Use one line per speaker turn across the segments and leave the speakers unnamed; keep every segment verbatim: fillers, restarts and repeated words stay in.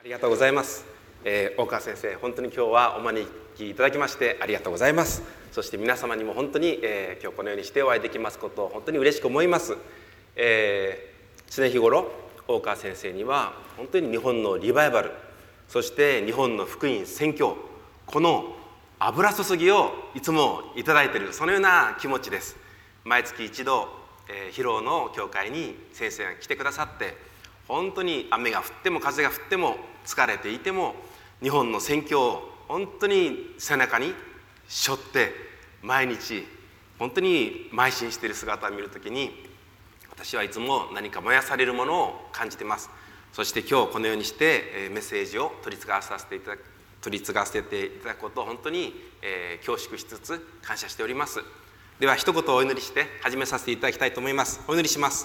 ありがとうございます、えー、大川先生、本当に今日はお招きいただきましてありがとうございます。そして皆様にも本当に、えー、今日このようにしてお会いできますことを本当に嬉しく思います。えー、常日頃大川先生には本当に日本のリバイバル、そして日本の福音宣教、この油注ぎをいつもいただいている、そのような気持ちです。毎月一度、えー、広尾の教会に先生が来てくださって、本当に雨が降っても風が降っても疲れていても日本の宣教を本当に背中に背負って毎日本当に邁進している姿を見るときに、私はいつも何か燃やされるものを感じています。そして今日このようにしてメッセージを取り継がさせていただく取り継がせていただくことを本当に、えー、恐縮しつつ感謝しております。では一言お祈りして始めさせていただきたいと思います。お祈りします。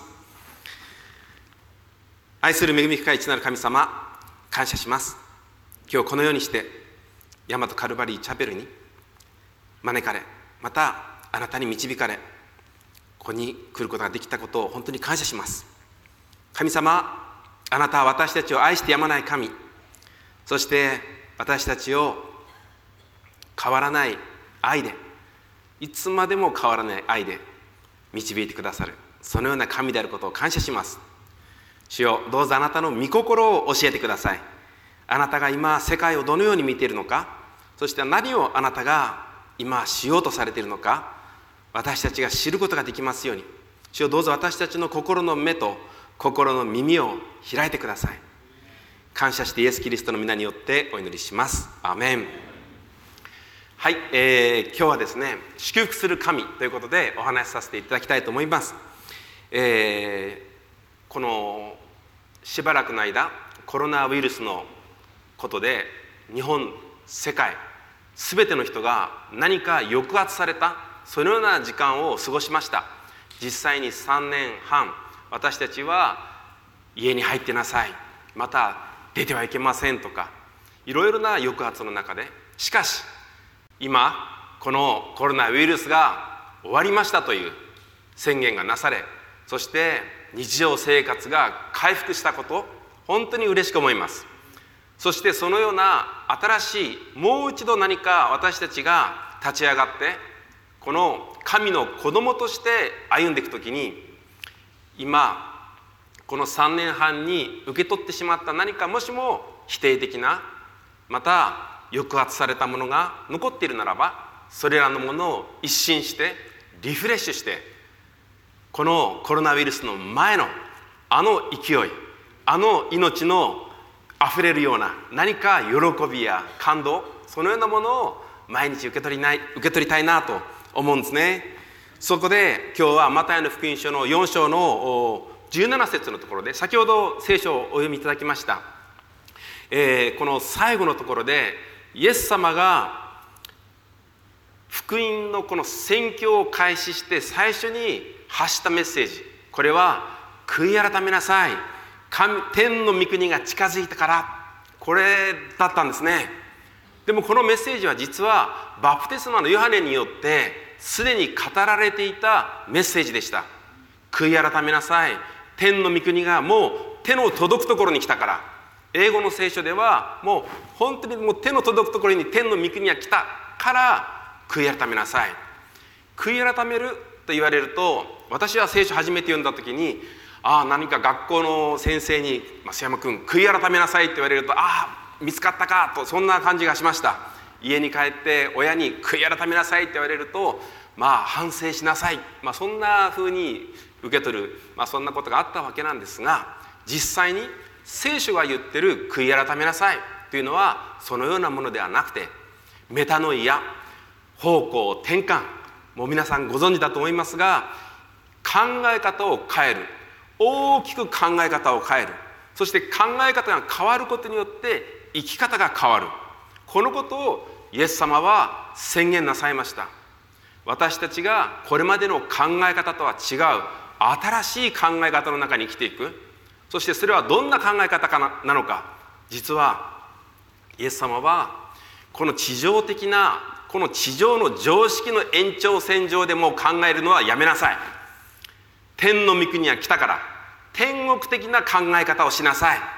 愛する恵み深い父なる神様、感謝します。今日このようにして大和カルバリーチャペルに招かれ、またあなたに導かれ、ここに来ることができたことを本当に感謝します。神様、あなたは私たちを愛してやまない神、そして私たちを変わらない愛で、いつまでも変わらない愛で導いてくださる、そのような神であることを感謝します。主よ、どうぞあなたの御心を教えてください。あなたが今世界をどのように見ているのか、そして何をあなたが今しようとされているのか、私たちが知ることができますように、主よ、どうぞ私たちの心の目と心の耳を開いてください。感謝してイエス・キリストの皆によってお祈りします。アーメン。はい、えー、今日はですね、祝福する神ということでお話しさせていただきたいと思います。えーこのしばらくの間、コロナウイルスのことで日本、世界すべての人が何か抑圧された、そのような時間を過ごしました。実際にさんねんはん、私たちは家に入ってなさい、また出てはいけませんとか、いろいろな抑圧の中で、しかし今このコロナウイルスが終わりましたという宣言がなされ、そして日常生活が回復したこと、本当に嬉しく思います。そしてそのような新しい、もう一度何か私たちが立ち上がってこの神の子供として歩んでいくときに、今このさんねんはんに受け取ってしまった何か、もしも否定的な、また抑圧されたものが残っているならば、それらのものを一新してリフレッシュして、このコロナウイルスの前のあの勢い、あの命のあふれるような何か喜びや感動、そのようなものを毎日受け取りない、受け取りたいなと思うんですね。そこで今日はマタイの福音書のよん章のじゅうなな節のところで、先ほど聖書をお読みいただきました、えー、この最後のところでイエス様が福音のこの宣教を開始して最初に発したメッセージ、これは悔い改めなさい、神天の御国が近づいたから、これだったんですね。でもこのメッセージは実はバプテスマのヨハネによってすでに語られていたメッセージでした。悔い改めなさい、天の御国がもう手の届くところに来たから。英語の聖書ではもう本当にもう手の届くところに天の御国が来たから悔い改めなさい。悔い改めると言われると、私は聖書初めて読んだ時に、ああ何か学校の先生に増山君悔い改めなさいって言われると、ああ見つかったかと、そんな感じがしました。家に帰って親に悔い改めなさいって言われると、まあ反省しなさい、まあ、そんな風に受け取る、まあ、そんなことがあったわけなんですが、実際に聖書が言ってる悔い改めなさいというのはそのようなものではなくて、メタノイア、方向転換、もう皆さんご存知だと思いますが、考え方を変える、大きく考え方を変える、そして考え方が変わることによって生き方が変わる、このことをイエス様は宣言なさいました。私たちがこれまでの考え方とは違う新しい考え方の中に生きていく。そしてそれはどんな考え方か な, なのか実はイエス様はこの地上的なこの地上の常識の延長線上でも考えるのはやめなさい。天の御国は来たから天国的な考え方をしなさい。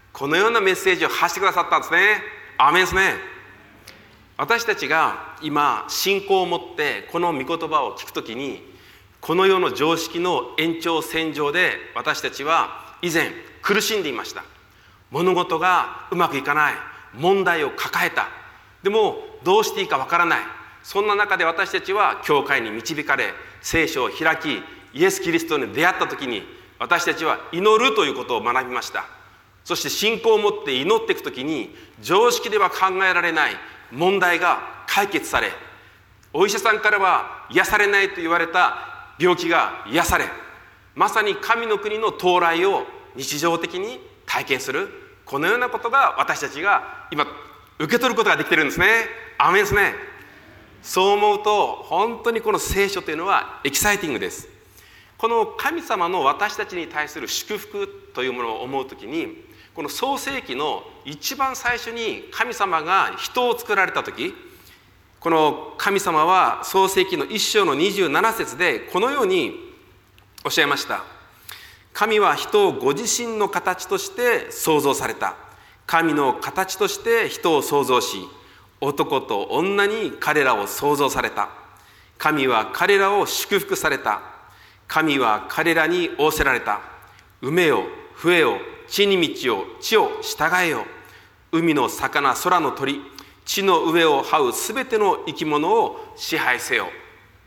このようなメッセージを発してくださったんですね。アーメンですね。私たちが今信仰を持ってこの御言葉を聞くときに、この世の常識の延長線上で私たちは以前苦しんでいました。物事がうまくいかない、問題を抱えた、でもどうしていいかわからない。そんな中で私たちは教会に導かれ、聖書を開き、イエス・キリストに出会ったときに、私たちは祈るということを学びました。そして信仰を持って祈っていくときに、常識では考えられない問題が解決され、お医者さんからは癒されないと言われた病気が癒され、まさに神の国の到来を日常的に体験する、このようなことが私たちが今受け取ることができているんですね。アーメンですね。そう思うと本当にこの聖書というのはエキサイティングです。この神様の私たちに対する祝福というものを思うときに、この創世記の一番最初に神様が人を作られたとき、この神様は創世記の一章のにじゅうなな節でこのようにおっしゃいました。神は人をご自身の形として創造された。神の形として人を創造し、男と女に彼らを創造された。神は彼らを祝福された。神は彼らに仰せられた。埋めよ、増えよ、地に満ちよ、地を従えよ。海の魚、空の鳥、地の上を這うすべての生き物を支配せよ。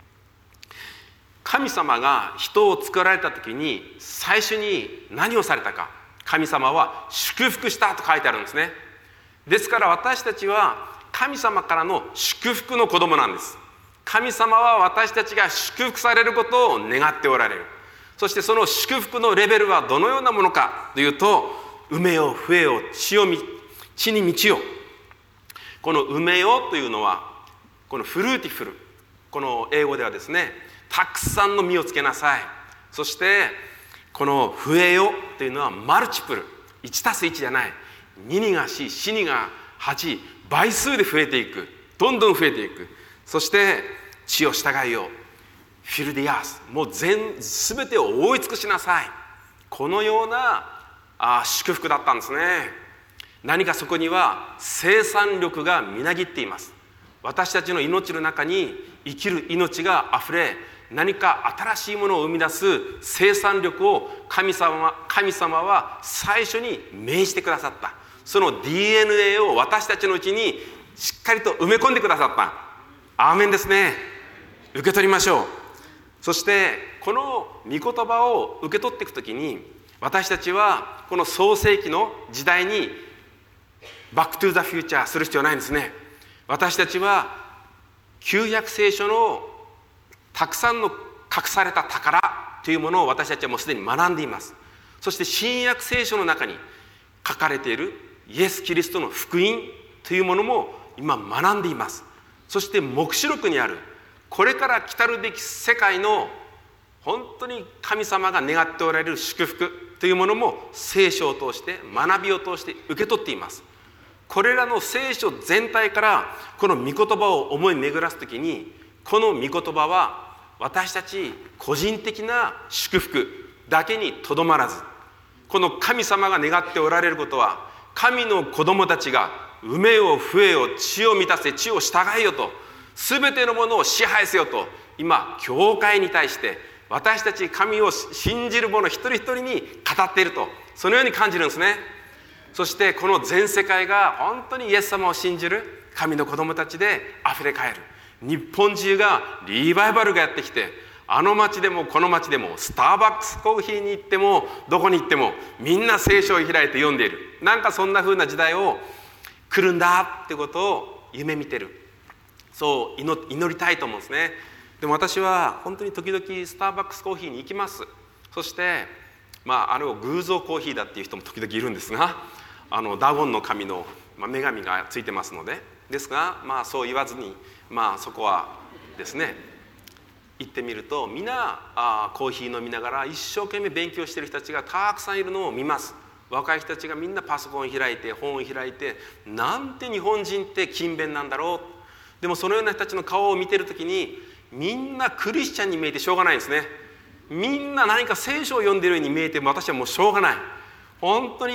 神様が人を作られた時に最初に何をされたか。神様は祝福したと書いてあるんですね。ですから私たちは神様からの祝福の子供なんです。神様は私たちが祝福されることを願っておられる。そしてその祝福のレベルはどのようなものかというと、埋めよ、増えよ、地を地に満ちよ。この埋めよというのは、このフルーティフル、この英語ではですね、たくさんの実をつけなさい。そしてこの増えよというのはマルチプル、いちたすいちじゃない、ににがよん、よんにがはち、倍数で増えていく、どんどん増えていく。そして地を従いよう、フィルディアース、もう全全てを覆い尽くしなさい。このようなあ祝福だったんですね。何かそこには生産力がみなぎっています。私たちの命の中に生きる命があふれ、何か新しいものを生み出す生産力を神様、神様は最初に命じてくださった。その ディーエヌエー を私たちのうちにしっかりと埋め込んでくださった。アーメンですね。受け取りましょう。そしてこの御言葉を受け取っていくときに、私たちはこの創世記の時代にバックトゥザフューチャーする必要ないんですね。私たちは旧約聖書のたくさんの隠された宝というものを私たちはもうすでに学んでいます。そして新約聖書の中に書かれているイエス・キリストの福音というものも今学んでいます。そして黙示録にあるこれから来たるべき世界の本当に神様が願っておられる祝福というものも聖書を通して、学びを通して受け取っています。これらの聖書全体からこの御言葉を思い巡らすときに、この御言葉は私たち個人的な祝福だけにとどまらず、この神様が願っておられることは、神の子供たちが埋めよ、増えよ、地を満たせ、地を従えよと、すべてのものを支配せよと、今教会に対して私たち神を信じる者一人一人に語っていると、そのように感じるんですね。そしてこの全世界が本当にイエス様を信じる神の子供たちであふれかえる。日本中がリバイバルがやってきて、あの町でもこの町でもスターバックスコーヒーに行ってもどこに行ってもみんな聖書を開いて読んでいる。なんかそんな風な時代を来るんだってことを夢見てる。そう祈、祈りたいと思うんですね。でも私は本当に時々スターバックスコーヒーに行きます。そしてまああれを偶像コーヒーだっていう人も時々いるんですが、あのダゴンの神の女神がついてますので、ですがまあそう言わずに、まあそこはですね行ってみると、みんなあコーヒー飲みながら一生懸命勉強している人たちがたくさんいるのを見ます。若い人たちがみんなパソコンを開いて本を開いて、なんて日本人って勤勉なんだろう。でもそのような人たちの顔を見てるときに、みんなクリスチャンに見えてしょうがないんですね。みんな何か聖書を読んでいるように見えても私はもうしょうがない。本当に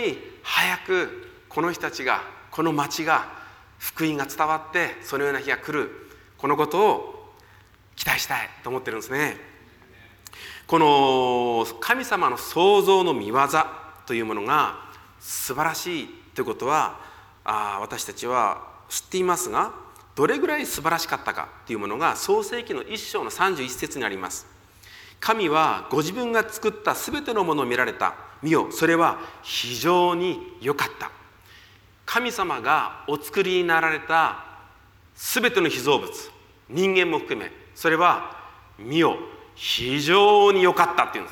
早くこの人たちが、この町が福音が伝わってそのような日が来る、このことを期待したいと思ってるんですね。この神様の創造の御業というものが素晴らしいということはあ私たちは知っていますが、どれぐらい素晴らしかったかというものが創世記の一章のさんじゅういち節にあります。神はご自分が作ったすべてのものを見られた。見よ、それは非常に良かった。神様がお作りになられたすべての被造物、人間も含め、それは見よ、非常に良かったっていうんです。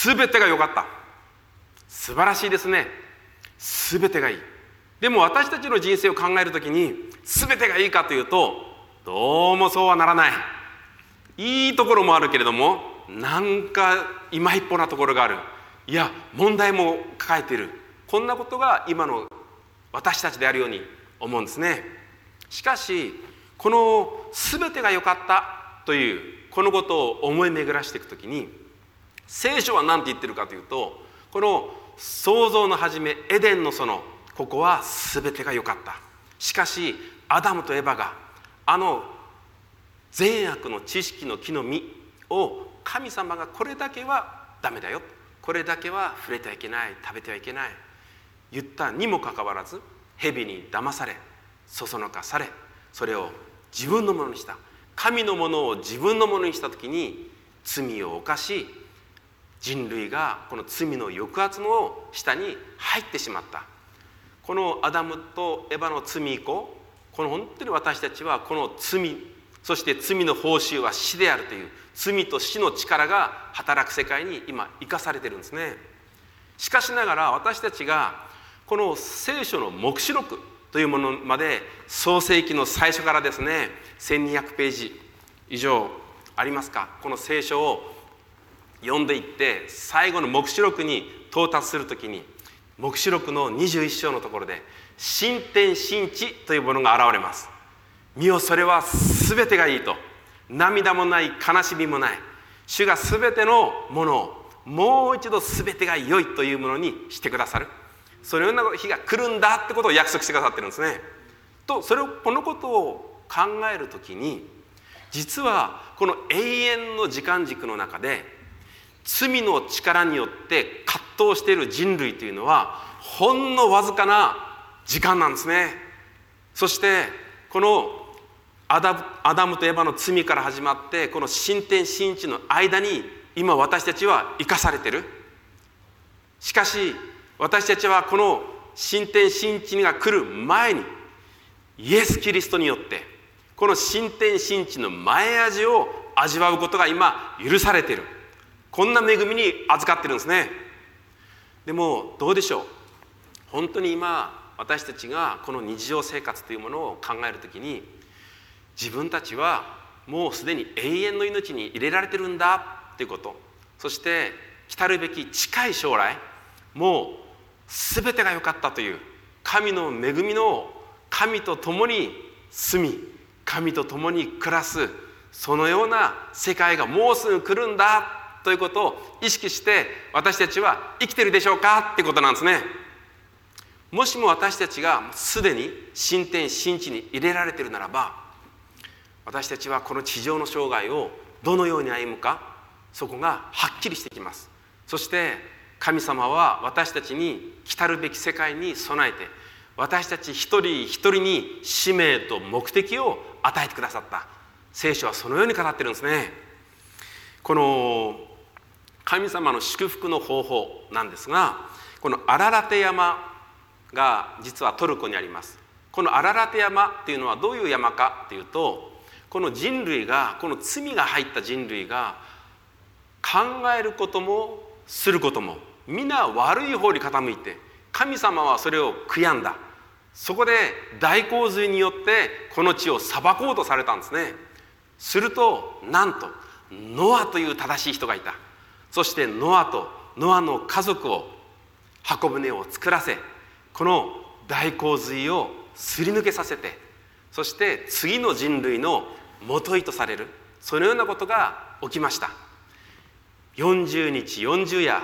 すべてが良かった。素晴らしいですね。すべてがいい。でも私たちの人生を考えるときにすべてがいいかというと、どうもそうはならない。いいところもあるけれども、なんか今一歩なところがある。いや、問題も抱えている。こんなことが今の私たちであるように思うんですね。しかしこの全てが良かったというこのことを思い巡らしていくときに、聖書は何て言ってるかというと、この創造の始め、エデンの園、ここは全てが良かった。しかしアダムとエバがあの善悪の知識の木の実を神様がこれだけはダメだよ、これだけは触れてはいけない、食べてはいけない言ったにもかかわらず、蛇に騙されそそのかされ、それを自分のものにした。神のものを自分のものにしたときに罪を犯し、人類がこの罪の抑圧の下に入ってしまった。このアダムとエバの罪以降、この本当に私たちはこの罪、そして罪の報酬は死であるという罪と死の力が働く世界に今生かされているんですね。しかしながら私たちがこの聖書の黙示録というものまで、創世記の最初からですね、せんにひゃくページ以上ありますか。この聖書を読んでいって最後の黙示録に到達するときに、黙示録のにじゅういっ章のところで新天新地というものが現れます。見よ、それは全てがいいと。涙もない、悲しみもない。主が全てのものをもう一度全てが良いというものにしてくださる、そのような日が来るんだってことを約束してくださってるんですね。とそれをこのことを考えるときに、実はこの永遠の時間軸の中で罪の力によって葛藤している人類というのはほんのわずかな時間なんですね。そしてこのアダム、アダムとエバの罪から始まってこの新天新地の間に今私たちは生かされている。しかし私たちはこの新天新地が来る前にイエス・キリストによってこの新天新地の前味を味わうことが今許されている。こんな恵みに預かってるんですね。でもどうでしょう。本当に今私たちがこの日常生活というものを考えるときに、自分たちはもうすでに永遠の命に入れられてるんだということ、そして来るべき近い将来、もう全てが良かったという神の恵みの神と共に住み、神と共に暮らす、そのような世界がもうすぐ来るんだということを意識して私たちは生きてるでしょうかってことなんですね。もしも私たちがすでに新天新地に入れられているならば、私たちはこの地上の生涯をどのように歩むか、そこがはっきりしてきます。そして神様は私たちに来るべき世界に備えて、私たち一人一人に使命と目的を与えてくださった。聖書はそのように語ってるんですね。この神様の祝福の方法なんですが、このアララテ山が実はトルコにあります。このアララテ山っていうのはどういう山かっていうと、この人類が、この罪が入った人類が考えることもすることも皆悪い方に傾いて、神様はそれを悔やんだ。そこで大洪水によってこの地を裁こうとされたんですね。するとなんとノアという正しい人がいた。そしてノアとノアの家族を箱舟を作らせ、この大洪水をすり抜けさせて、そして次の人類のもといとされる、そのようなことが起きました。よんじゅうにちよんじゅう夜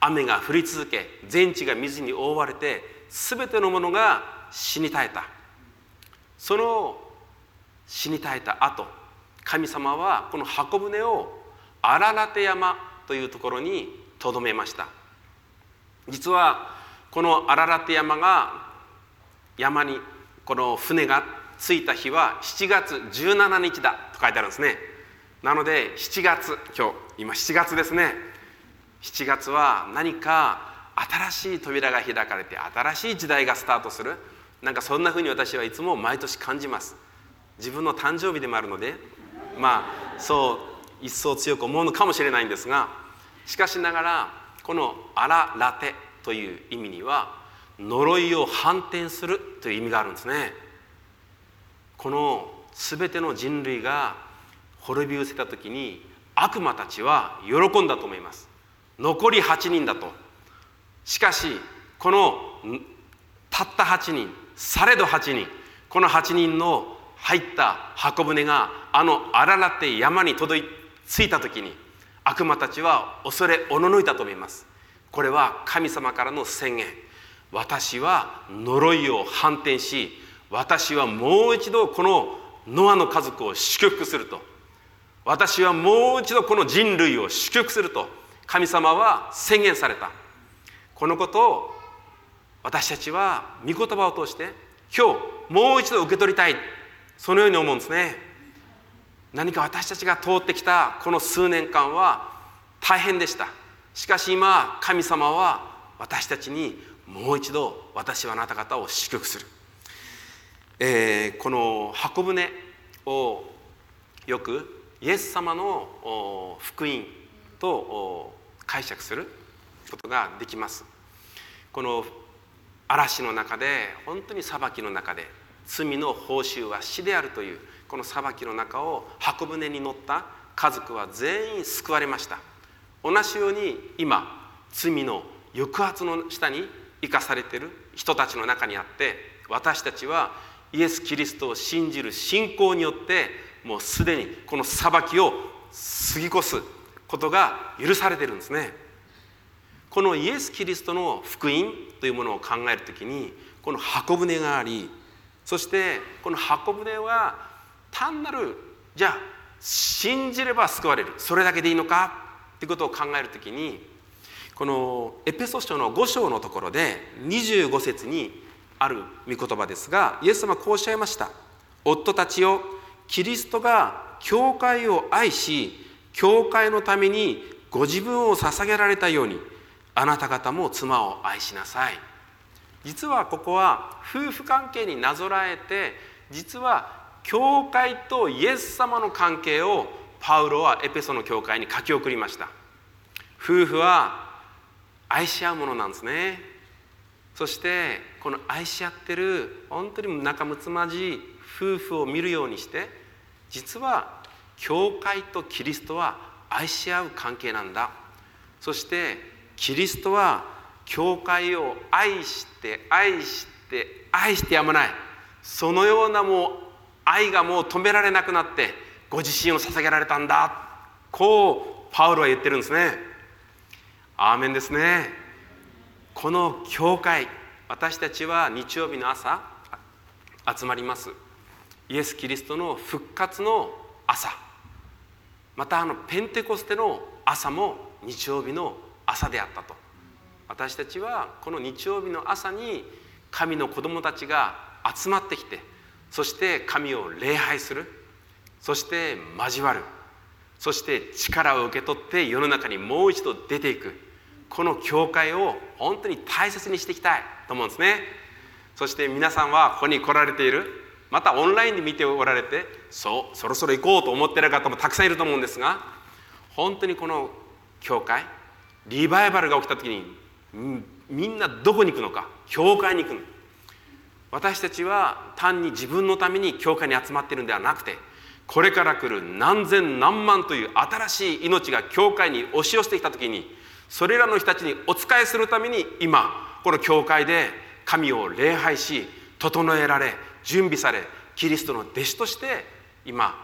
雨が降り続け、全地が水に覆われて、すべてのものが死に絶えた。その死に絶えた後、神様はこの箱舟をアララテ山というところにとどめました。実はこのアララテ山が山にこの船が着いた日はしちがつじゅうしちにちだと書いてあるんですね。なのでしちがつ、今日今しちがつですね。しちがつは何か新しい扉が開かれて、新しい時代がスタートする、なんかそんなふうに私はいつも毎年感じます。自分の誕生日でもあるので、まあそう一層強く思うのかもしれないんですが、しかしながらこのアララテという意味には呪いを反転するという意味があるんですね。このすべての人類が滅び失せた時に悪魔たちは喜んだと思います。残りはちにんだと。しかしこのたったはちにん、されどはちにん、このはちにんの入った箱舟があのアララテ山に届い着いた時に、悪魔たちは恐れおののいたと思います。これは神様からの宣言。私は呪いを反転し、私はもう一度このノアの家族を祝福すると、私はもう一度この人類を祝福すると神様は宣言された。このことを私たちは御言葉を通して今日もう一度受け取りたい、そのように思うんですね。何か私たちが通ってきたこの数年間は大変でした。しかし今神様は私たちにもう一度、私はあなた方を祝福する。えー、この箱舟をよくイエス様の福音と解釈することができます。この嵐の中で、本当に裁きの中で、罪の報酬は死であるというこの裁きの中を箱舟に乗った家族は全員救われました。同じように今罪の抑圧の下に生かされている人たちの中にあって、私たちはイエス・キリストを信じる信仰によってもうすでにこの裁きを過ぎ越すことが許されているんですね。このイエス・キリストの福音というものを考えるときに、この箱舟があり、そしてこの箱舟は単なるじゃあ信じれば救われる、それだけでいいのかということを考えるときに、このエペソ書のご章のところでにじゅうご節にある御言葉ですが、イエス様はこうおっしゃいました。夫たちよ、キリストが教会を愛し、教会のためにご自分を捧げられたように、あなた方も妻を愛しなさい。実はここは夫婦関係になぞらえて、実は教会とイエス様の関係をパウロはエペソの教会に書き送りました。夫婦は愛し合うものなんですね。そしてこの愛し合ってる本当に仲睦まじい夫婦を見るようにして、実は教会とキリストは愛し合う関係なんだ。そしてキリストは教会を愛して愛して愛してやまない、そのようなもう愛がもう止められなくなってご自身を捧げられたんだ、こうパウロは言ってるんですね。アーメンですね。この教会、私たちは日曜日の朝集まります。イエス・キリストの復活の朝、またあのペンテコステの朝も日曜日の朝であったと。私たちはこの日曜日の朝に神の子供たちが集まってきて、そして神を礼拝する、そして交わる、そして力を受け取って世の中にもう一度出ていく、この教会を本当に大切にしていきたいと思うんですね。そして皆さんはここに来られている、またオンラインで見ておられて、そうそろそろ行こうと思っている方もたくさんいると思うんですが、本当にこの教会リバイバルが起きた時にみんなどこに行くのか、教会に行くの。私たちは単に自分のために教会に集まっているのではなくて、これから来る何千何万という新しい命が教会に押し寄せてきた時に、それらの人たちにお仕えするために今この教会で神を礼拝し、整えられ準備され、キリストの弟子として今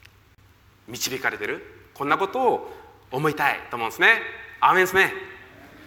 導かれている、こんなことを思いたいと思うんですね。アーメンですね。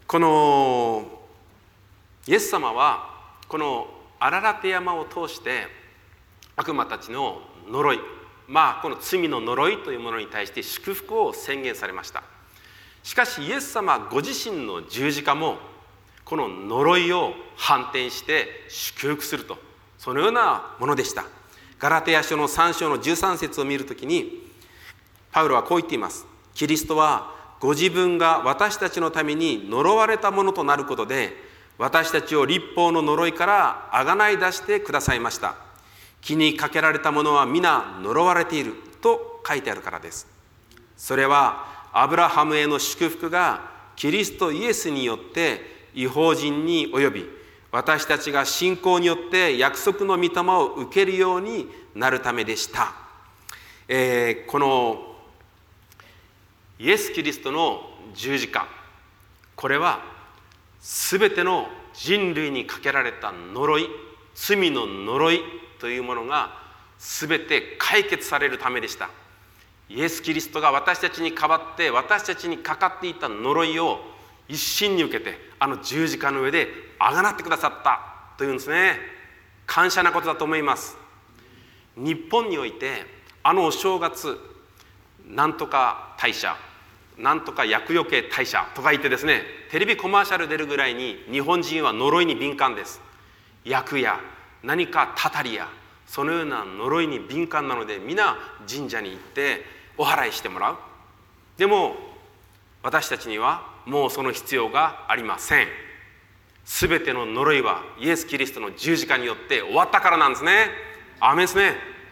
このイエス様はこのアララテ山を通して悪魔たちの呪い、まあこの罪の呪いというものに対して祝福を宣言されました。しかしイエス様ご自身の十字架もこの呪いを反転して祝福すると、そのようなものでした。ガラテヤ書のさん章のじゅうさん節を見るときにパウロはこう言っています。キリストはご自分が私たちのために呪われたものとなることで、私たちを律法の呪いからあがない出してくださいました。木にかけられたものは皆呪われていると書いてあるからです。それはアブラハムへの祝福がキリストイエスによって異邦人に及び、私たちが信仰によって約束の御霊を受けるようになるためでした。えー、このイエス・キリストの十字架、これはすべての人類にかけられた呪い、罪の呪いというものがすべて解決されるためでした。イエス・キリストが私たちに代わって私たちにかかっていた呪いを一身に受けて、あの十字架の上であがなってくださったというんですね。感謝なことだと思います。日本においてあのお正月、なんとか大社、なんとか厄除け大社とか言ってですね、テレビコマーシャル出るぐらいに日本人は呪いに敏感です。厄や何かたたりやそのような呪いに敏感なので、皆神社に行ってお祓いしてもらう。でも私たちにはもうその必要がありません。すべての呪いはイエス・キリストの十字架によって終わったからなんですね。アーメンですね。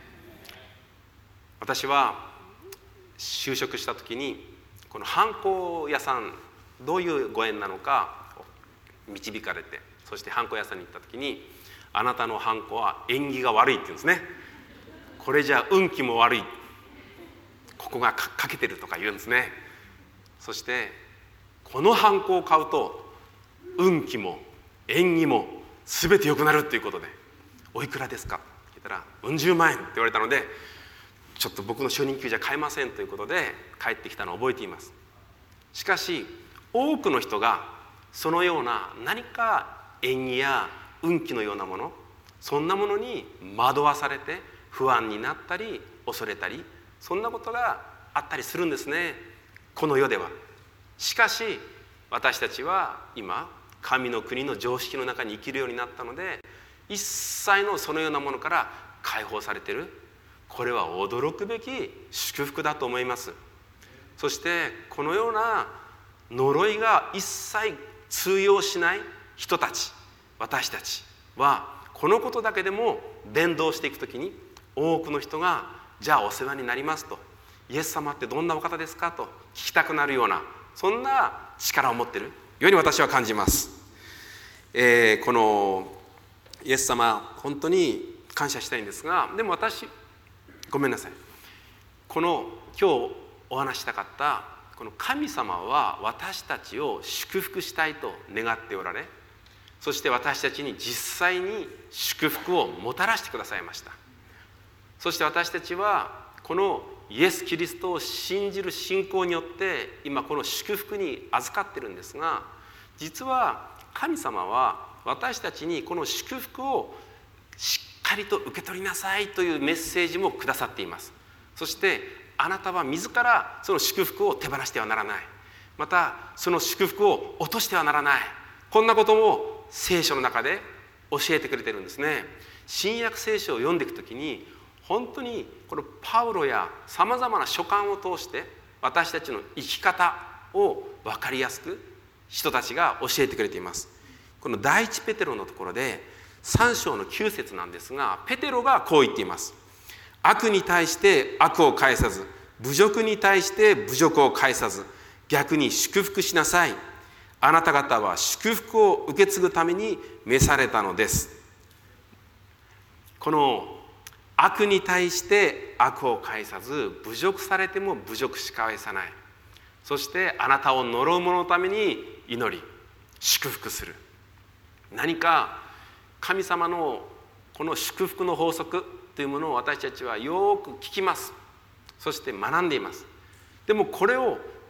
私は就職した時にこのハンコ屋さん、どういうご縁なのか導かれて、そしてハンコ屋さんに行った時に、あなたのハンコは縁起が悪いって言うんですね。これじゃ運気も悪い、ここが欠けてるとか言うんですね。そしてこのハンコを買うと運気も縁起も全て良くなるということで、おいくらですかって聞いたら、うん十万円って言われたので、ちょっと僕の初任給じゃ買えませんということで帰ってきたのを覚えています。しかし多くの人がそのような何か縁起や運気のようなもの、そんなものに惑わされて不安になったり恐れたり、そんなことがあったりするんですね、この世では。しかし私たちは今神の国の常識の中に生きるようになったので、一切のそのようなものから解放されている。これは驚くべき祝福だと思います。そしてこのような呪いが一切通用しない人たち、私たちはこのことだけでも伝道していくときに、多くの人がじゃあお世話になりますと、イエス様ってどんなお方ですかと聞きたくなるような、そんな力を持っているように私は感じます。えー、このイエス様本当に感謝したいんですが、でも私ごめんなさい、この今日お話したかったこの神様は私たちを祝福したいと願っておられ、そして私たちに実際に祝福をもたらしてくださいました。そして私たちはこのイエス・キリストを信じる信仰によって今この祝福に預かってるんですが、実は神様は私たちにこの祝福をしっかりと受け取りなさいというメッセージもくださっています。そしてあなたは自らその祝福を手放してはならない、またその祝福を落としてはならない、こんなことも聖書の中で教えてくれてるんですね。新約聖書を読んでいくときに本当にこのパウロやさまざまな書簡を通して私たちの生き方を分かりやすく人たちが教えてくれています。この第一ペテロのところでさん章のきゅう節なんですが、ペテロがこう言っています。悪に対して悪を返さず、侮辱に対して侮辱を返さず、逆に祝福しなさい。あなた方は祝福を受け継ぐために召されたのです。この悪に対して悪を返さず、侮辱されても侮辱し返さない。そしてあなたを呪う者のために祈り祝福する。何か神様のこの祝福の法則というものを私たちはよく聞きます。そして学んでいます。でもこれを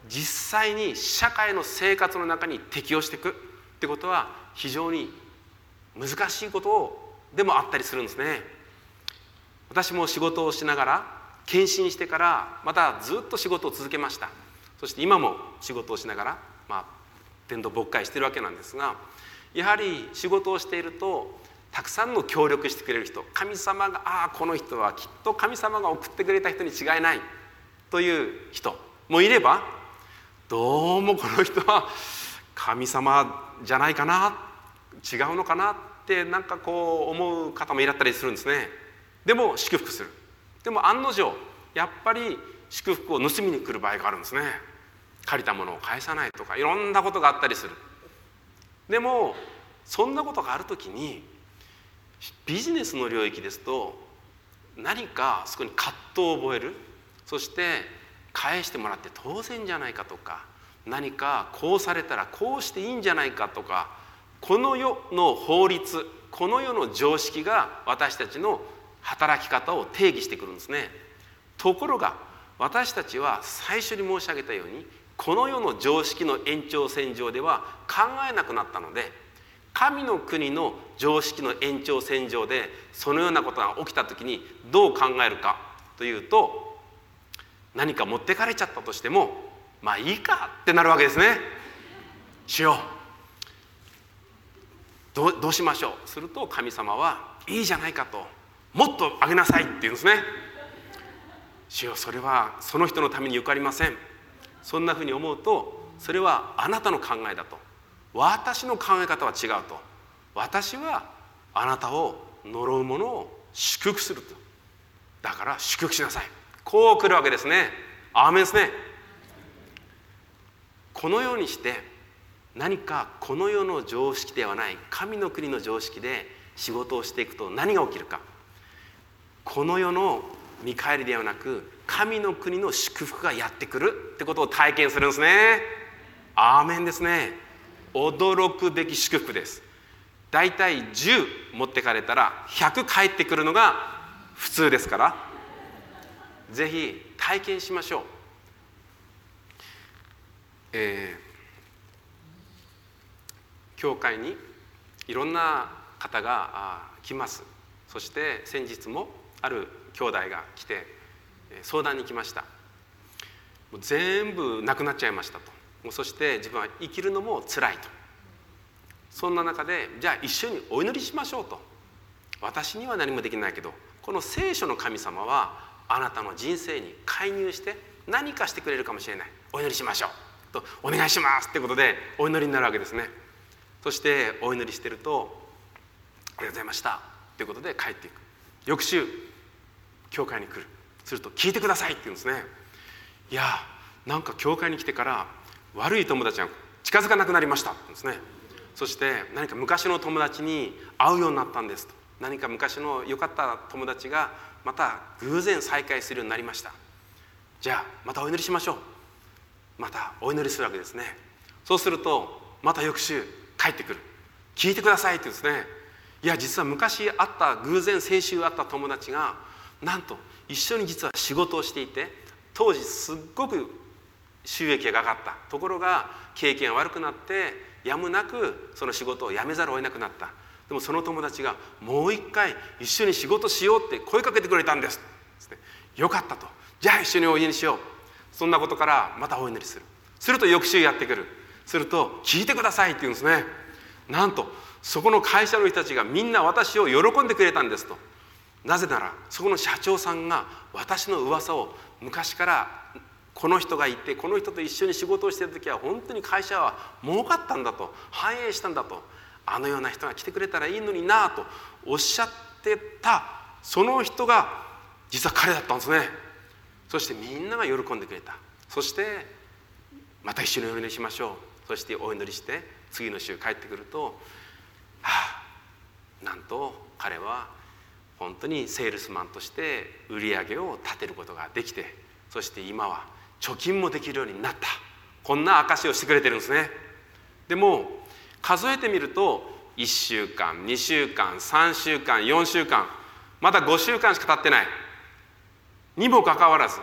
実際に社会の生活の中に適応していくってことは非常に難しいことでもあったりするんですね。私も仕事をしながら献身してからまたずっと仕事を続けました。そして今も仕事をしながら、まあ、伝道牧会しているわけなんですが、やはり仕事をしているとたくさんの協力してくれる人、神様がああこの人はきっと神様が送ってくれた人に違いないという人もいれば、どうもこの人は神様じゃないかな、違うのかなってなんかこう思う方もいらったりするんですね。でも祝福する。でも案の定やっぱり祝福を盗みに来る場合があるんですね。借りたものを返さないとかいろんなことがあったりする。でもそんなことがあるときにビジネスの領域ですと何かそこに葛藤を覚える、そして返してもらって当然じゃないかとか、何かこうされたらこうしていいんじゃないかとか、この世の法律、この世の常識が私たちの働き方を定義してくるんですね。ところが私たちは最初に申し上げたようにこの世の常識の延長線上では考えなくなったので、神の国の常識の延長線上でそのようなことが起きた時にどう考えるかというと、何か持ってかれちゃったとしてもまあいいかってなるわけですね。しよう、どう、どうしましょう。すると神様はいいじゃないかと、もっとあげなさいって言うんですね。主よ、それはその人のためにゆかりません。そんなふうに思うと、それはあなたの考えだと、私の考え方は違うと、私はあなたを呪うものを祝福すると、だから祝福しなさい、こう来るわけですね。アーメンですね。このようにして何かこの世の常識ではない神の国の常識で仕事をしていくと何が起きるか、この世の見返りではなく神の国の祝福がやってくるってことを体験するんですね。アーメンですね。驚くべき祝福です。だいたいじゅう持ってかれたらひゃく返ってくるのが普通ですから、ぜひ体験しましょう。えー、教会にいろんな方が来ます。そして先日もある兄弟が来て相談に来ました。もう全部なくなっちゃいましたと。もうそして自分は生きるのも辛いと。そんな中でじゃあ一緒にお祈りしましょうと。私には何もできないけどこの聖書の神様はあなたの人生に介入して何かしてくれるかもしれない、お祈りしましょうと、お願いしますってことでお祈りになるわけですね。そしてお祈りしてるとありがとうございましたということで帰っていく。翌週教会に来る。すると聞いてくださいって言うんですね。いやなんか教会に来てから悪い友達が近づかなくなりましたって言うんですね。そして何か昔の友達に会うようになったんですと。何か昔の良かった友達がまた偶然再会するようになりました。じゃあまたお祈りしましょう。またお祈りするわけですね。そうするとまた翌週帰ってくる。聞いてくださいって言うんですね。いや実は昔会った偶然先週会った友達がなんと一緒に実は仕事をしていて、当時すっごく収益が上がった。ところが経験が悪くなってやむなくその仕事を辞めざるを得なくなった。でもその友達がもう一回一緒に仕事しようって声かけてくれたんです。よかったと。じゃあ一緒にお祈りしよう。そんなことからまたお祈りする。すると翌週やってくる。すると聞いてくださいって言うんですね。なんとそこの会社の人たちがみんな私を喜んでくれたんですと。なぜならそこの社長さんが私の噂を昔からこの人がいてこの人と一緒に仕事をしている時は本当に会社は儲かったんだと、繁栄したんだと、あのような人が来てくれたらいいのになとおっしゃってたその人が実は彼だったんですね。そしてみんなが喜んでくれた。そしてまた一緒にお祈りしましょう。そしてお祈りして次の週帰ってくると、はあ、なんと彼は本当にセールスマンとして売り上げを立てることができて、そして今は貯金もできるようになった、こんな証しをしてくれてるんですね。でも数えてみるといっしゅうかんにしゅうかんさんしゅうかんよんしゅうかんまだごしゅうかんしか経ってないにもかかわらず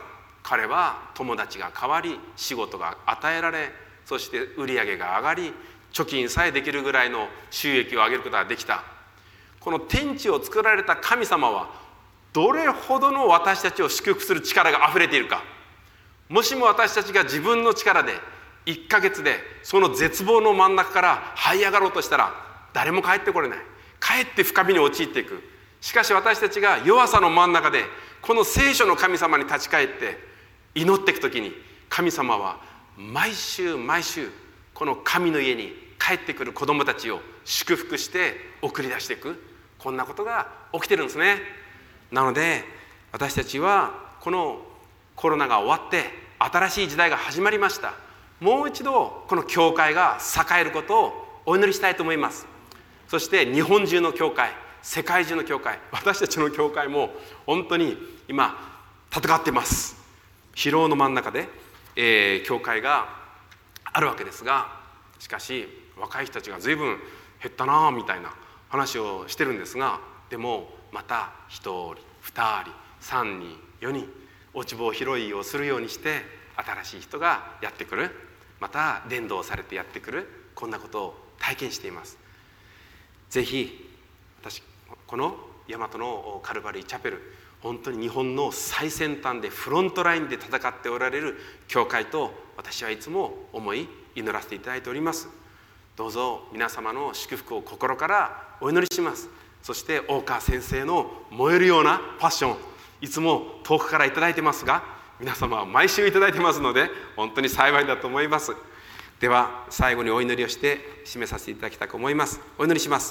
彼は友達が変わり、仕事が与えられ、そして売り上げが上がり、貯金さえできるぐらいの収益を上げることができた。この天地を作られた神様はどれほどの私たちを祝福する力があふれているか。もしも私たちが自分の力でいっかげつでその絶望の真ん中から這い上がろうとしたら誰も帰ってこれない。かえって深みに陥っていく。しかし私たちが弱さの真ん中でこの聖書の神様に立ち返って祈っていくときに、神様は毎週毎週この神の家に帰ってくる子どもたちを祝福して送り出していく、こんなことが起きてるんですね。なので私たちはこのコロナが終わって新しい時代が始まりました。もう一度この教会が栄えることをお祈りしたいと思います。そして日本中の教会、世界中の教会、私たちの教会も本当に今戦っています。疲労の真ん中で、えー、教会があるわけですが、しかし若い人たちが随分減ったなみたいな話をしてるんですが、でもまたひとりふたりさんにんよにん落ち穂拾いをするようにして新しい人がやってくる、また伝道されてやってくる、こんなことを体験しています。ぜひ私この大和のカルバリーチャペル、本当に日本の最先端でフロントラインで戦っておられる教会と私はいつも思い祈らせていただいております。どうぞ皆様の祝福を心からお祈りします。そして大川先生の燃えるようなパッション、いつも遠くからいただいてますが、皆様は毎週いただいてますので本当に幸いだと思います。では最後にお祈りをして締めさせていただきたく思います。お祈りします。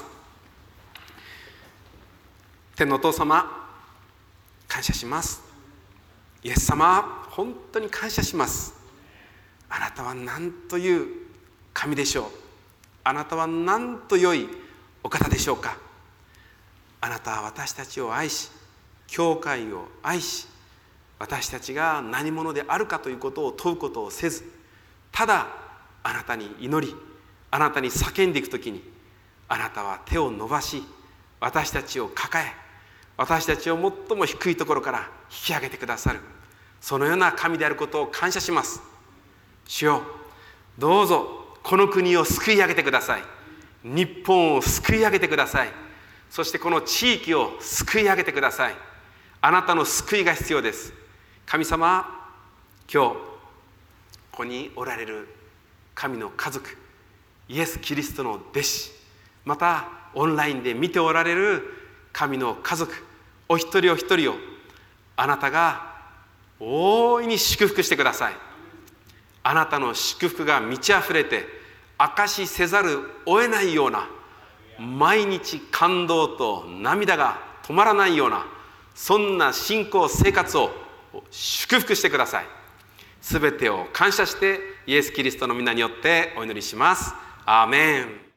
天のお父様、感謝します。イエス様、本当に感謝します。あなたは何という神でしょう。あなたは何と良いお方でしょうか。あなたは私たちを愛し、教会を愛し、私たちが何者であるかということを問うことをせず、ただあなたに祈り、あなたに叫んでいくときに、あなたは手を伸ばし、私たちを抱え、私たちを最も低いところから引き上げてくださる、そのような神であることを感謝します。主よ、どうぞこの国を救い上げてください。日本を救い上げてください。そしてこの地域を救い上げてください。あなたの救いが必要です。神様、今日ここにおられる神の家族、イエス・キリストの弟子、またオンラインで見ておられる神の家族、お一人お一人をあなたが大いに祝福してください。あなたの祝福が満ち溢れて証しせざるを得ないような、毎日感動と涙が止まらないような、そんな信仰生活を祝福してください。すべてを感謝してイエス・キリストの皆によってお祈りします。アーメン。